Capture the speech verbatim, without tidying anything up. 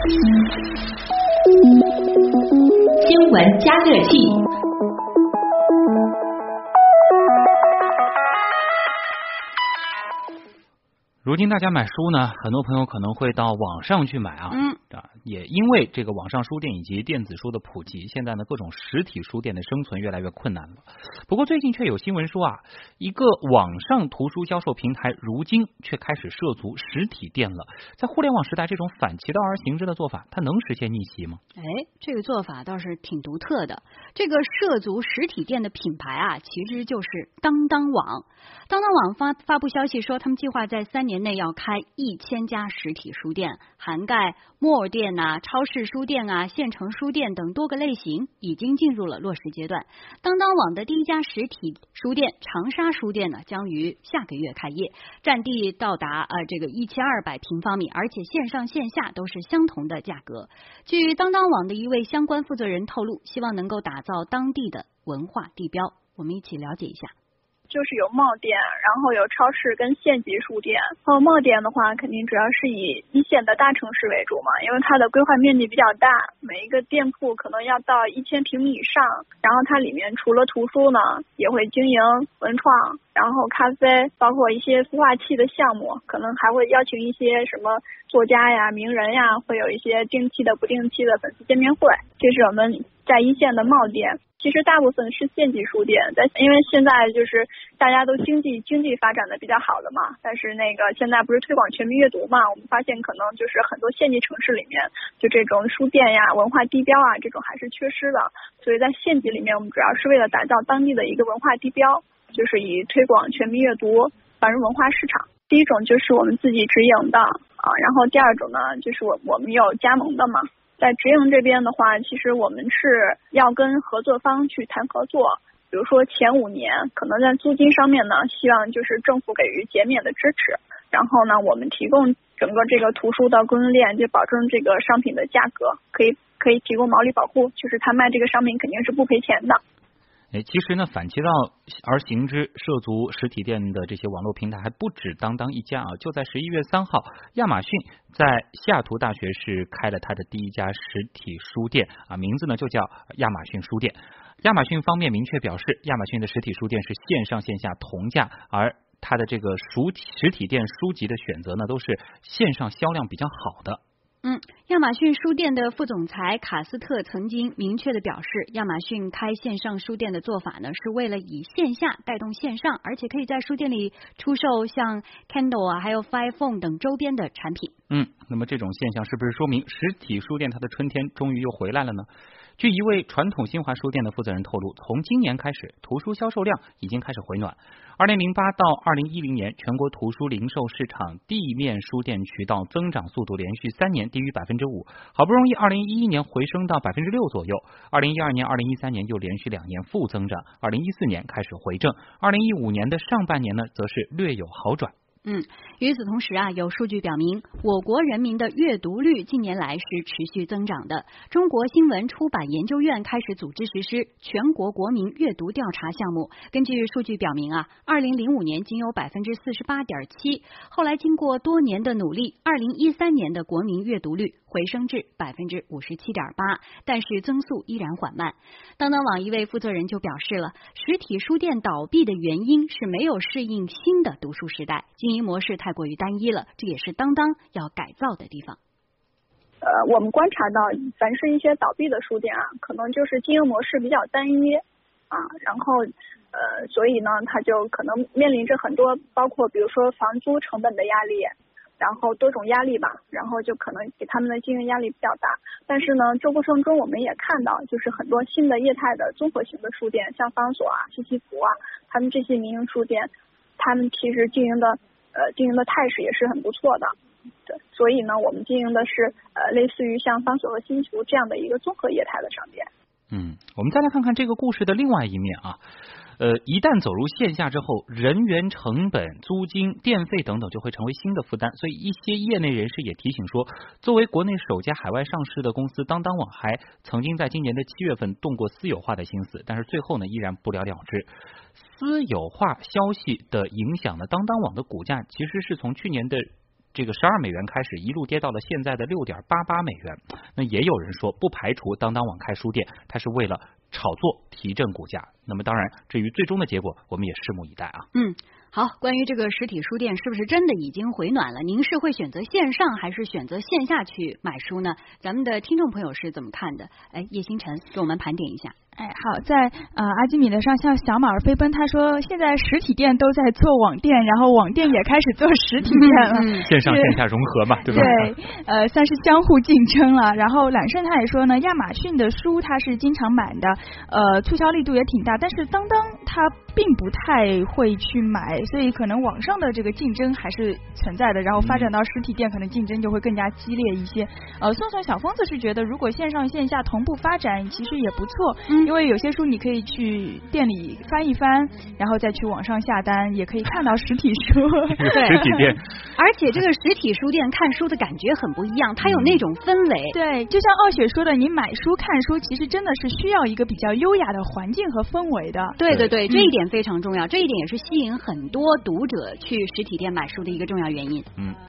新闻加热器。 如今大家买书呢，很多朋友可能会到网上去买啊。 嗯啊，也因为这个网上书店以及电子书的普及，现在呢各种实体书店的生存越来越困难了。不过最近却有新闻说啊，一个网上图书销售平台如今却开始涉足实体店了。在互联网时代，这种反其道而行之的做法，它能实现逆袭吗？ 哎，这个做法倒是挺独特的。这个涉足实体店的品牌啊，其实就是当当网。当当网发发布消息说，他们计划在三年内要开一千家实体书店，涵盖摩尔店啊、超市书店啊、县城书店等多个类型，已经进入了落实阶段。当当网的第一家实体书店长沙书店呢，将于下个月开业，占地到达呃这个一千二百平方米，而且线上线下都是相同的价格。据当当网的一位相关负责人透露，希望能够打造当地的文化地标。我们一起了解一下。 就是有帽店，然后有超市跟县级书店。然后帽店的话，肯定主要是以一线的大城市为主嘛，因为它的规划面积比较大，每一个店铺可能要到一千平米以上。然后它里面除了图书呢，也会经营文创，然后咖啡，包括一些孵化器的项目，可能还会邀请一些什么作家呀、名人呀，会有一些定期的、不定期的粉丝见面会。这是我们在一线的帽店。其实大部分是县级书店，在因为现在就是大家都经济经济发展的比较好了嘛，但是那个现在不是推广全民阅读嘛，我们发现可能就是很多县级城市里面，就这种书店呀、文化地标啊这种还是缺失的，所以在县级里面，我们主要是为了打造当地的一个文化地标，就是以推广全民阅读、繁荣文化市场。第一种就是我们自己直营的啊，然后第二种呢，就是我我们有加盟的嘛。在直营这边的话，其实我们是要跟合作方去谈合作，比如说前五年可能在租金上面呢，希望就是政府给予减免的支持，然后呢，我们提供整个这个图书的供应链，就保证这个商品的价格可以可以提供毛利保护，就是他卖这个商品肯定是不赔钱的。 哎，其实呢，反其道而行之，涉足实体店的这些网络平台还不止当当一家啊！就在十一月三号，亚马逊在西雅图大学市开了它的第一家实体书店啊，名字呢就叫亚马逊书店。亚马逊方面明确表示，亚马逊的实体书店是线上线下同价，而它的这个书实体店书籍的选择呢，都是线上销量比较好的。 嗯，亚马逊书店的副总裁卡斯特曾经明确的表示，亚马逊开线上书店的做法呢，是为了以线下带动线上，而且可以在书店里出售像 Kindle 啊，还有 Fire Phone 等周边的产品。 嗯，那么这种现象是不是说明实体书店它的春天终于又回来了呢？据一位传统新华书店的负责人透露，从今年开始，图书销售量已经开始回暖。二零零八到二零一零年，全国图书零售市场地面书店渠道增长速度连续三年低于百分之五，好不容易二零一一年回升到百分之六左右，二零一二年、二零一三年又连续两年负增长，二零一四年开始回正，二零一五年的上半年呢，则是略有好转。 嗯，与此同时啊，有数据表明，我国人民的阅读率近年来是持续增长的。中国新闻出版研究院开始组织实施全国国民阅读调查项目。根据数据表明啊，二零零五年仅有百分之四十八点七，后来经过多年的努力，二零一三年的国民阅读率回升至百分之五十七点八，但是增速依然缓慢。当当网一位负责人就表示了，实体书店倒闭的原因是没有适应新的读书时代，经营模式太过于单一了，这也是当当要改造的地方。 呃，我们观察到，凡是一些倒闭的书店啊，可能就是经营模式比较单一啊，然后呃，所以呢，它就可能面临着很多，包括比如说房租成本的压力，然后多种压力吧，然后就可能给他们的经营压力比较大。但是呢，这过程中我们也看到，就是很多新的业态的综合型的书店，像方所啊、西西弗啊，他们这些民营书店，他们其实经营的呃经营的态势也是很不错的。对，所以呢，我们经营的是呃类似于像方所和西西弗这样的一个综合业态的商店。 嗯，我们再来看看这个故事的另外一面啊。呃，一旦走入线下之后，人员成本、租金、电费等等就会成为新的负担。所以一些业内人士也提醒说，作为国内首家海外上市的公司，当当网还曾经在今年的七月份动过私有化的心思，但是最后呢依然不了了之。私有化消息的影响呢，当当网的股价其实是从去年的这个十二美元开始，一路跌到了现在的六点八八美元。那也有人说，不排除当当网开书店，它是为了炒作提振股价。那么当然，至于最终的结果，我们也拭目以待啊。 嗯。好，关于这个实体书店是不是真的已经回暖了？您是会选择线上还是选择线下去买书呢？咱们的听众朋友是怎么看的？哎，叶星辰给我们盘点一下。 哎，好，在呃阿基米德上像小马儿飞奔，他说现在实体店都在做网店，然后网店也开始做实体店了， 嗯、 线上线下融合嘛，对吧？ 对，呃，算是相互竞争了。然后揽胜他也说呢，亚马逊的书他是经常买的，呃，促销力度也挺大，但是当当他并不太会去买，所以可能网上的这个竞争还是存在的，然后发展到实体店，可能竞争就会更加激烈一些。呃，宋宋小疯子是觉得，如果线上线下同步发展，其实也不错。嗯因为有些书你可以去店里翻一翻，然后再去网上下单，也可以看到实体书。 对，实体店， 而且这个实体书店看书的感觉很不一样，它有那种氛围。 对，就像傲雪说的，你买书看书，其实真的是需要一个比较优雅的环境和氛围的。 对对对，这一点非常重要，这一点也是吸引很多读者去实体店买书的一个重要原因。 嗯。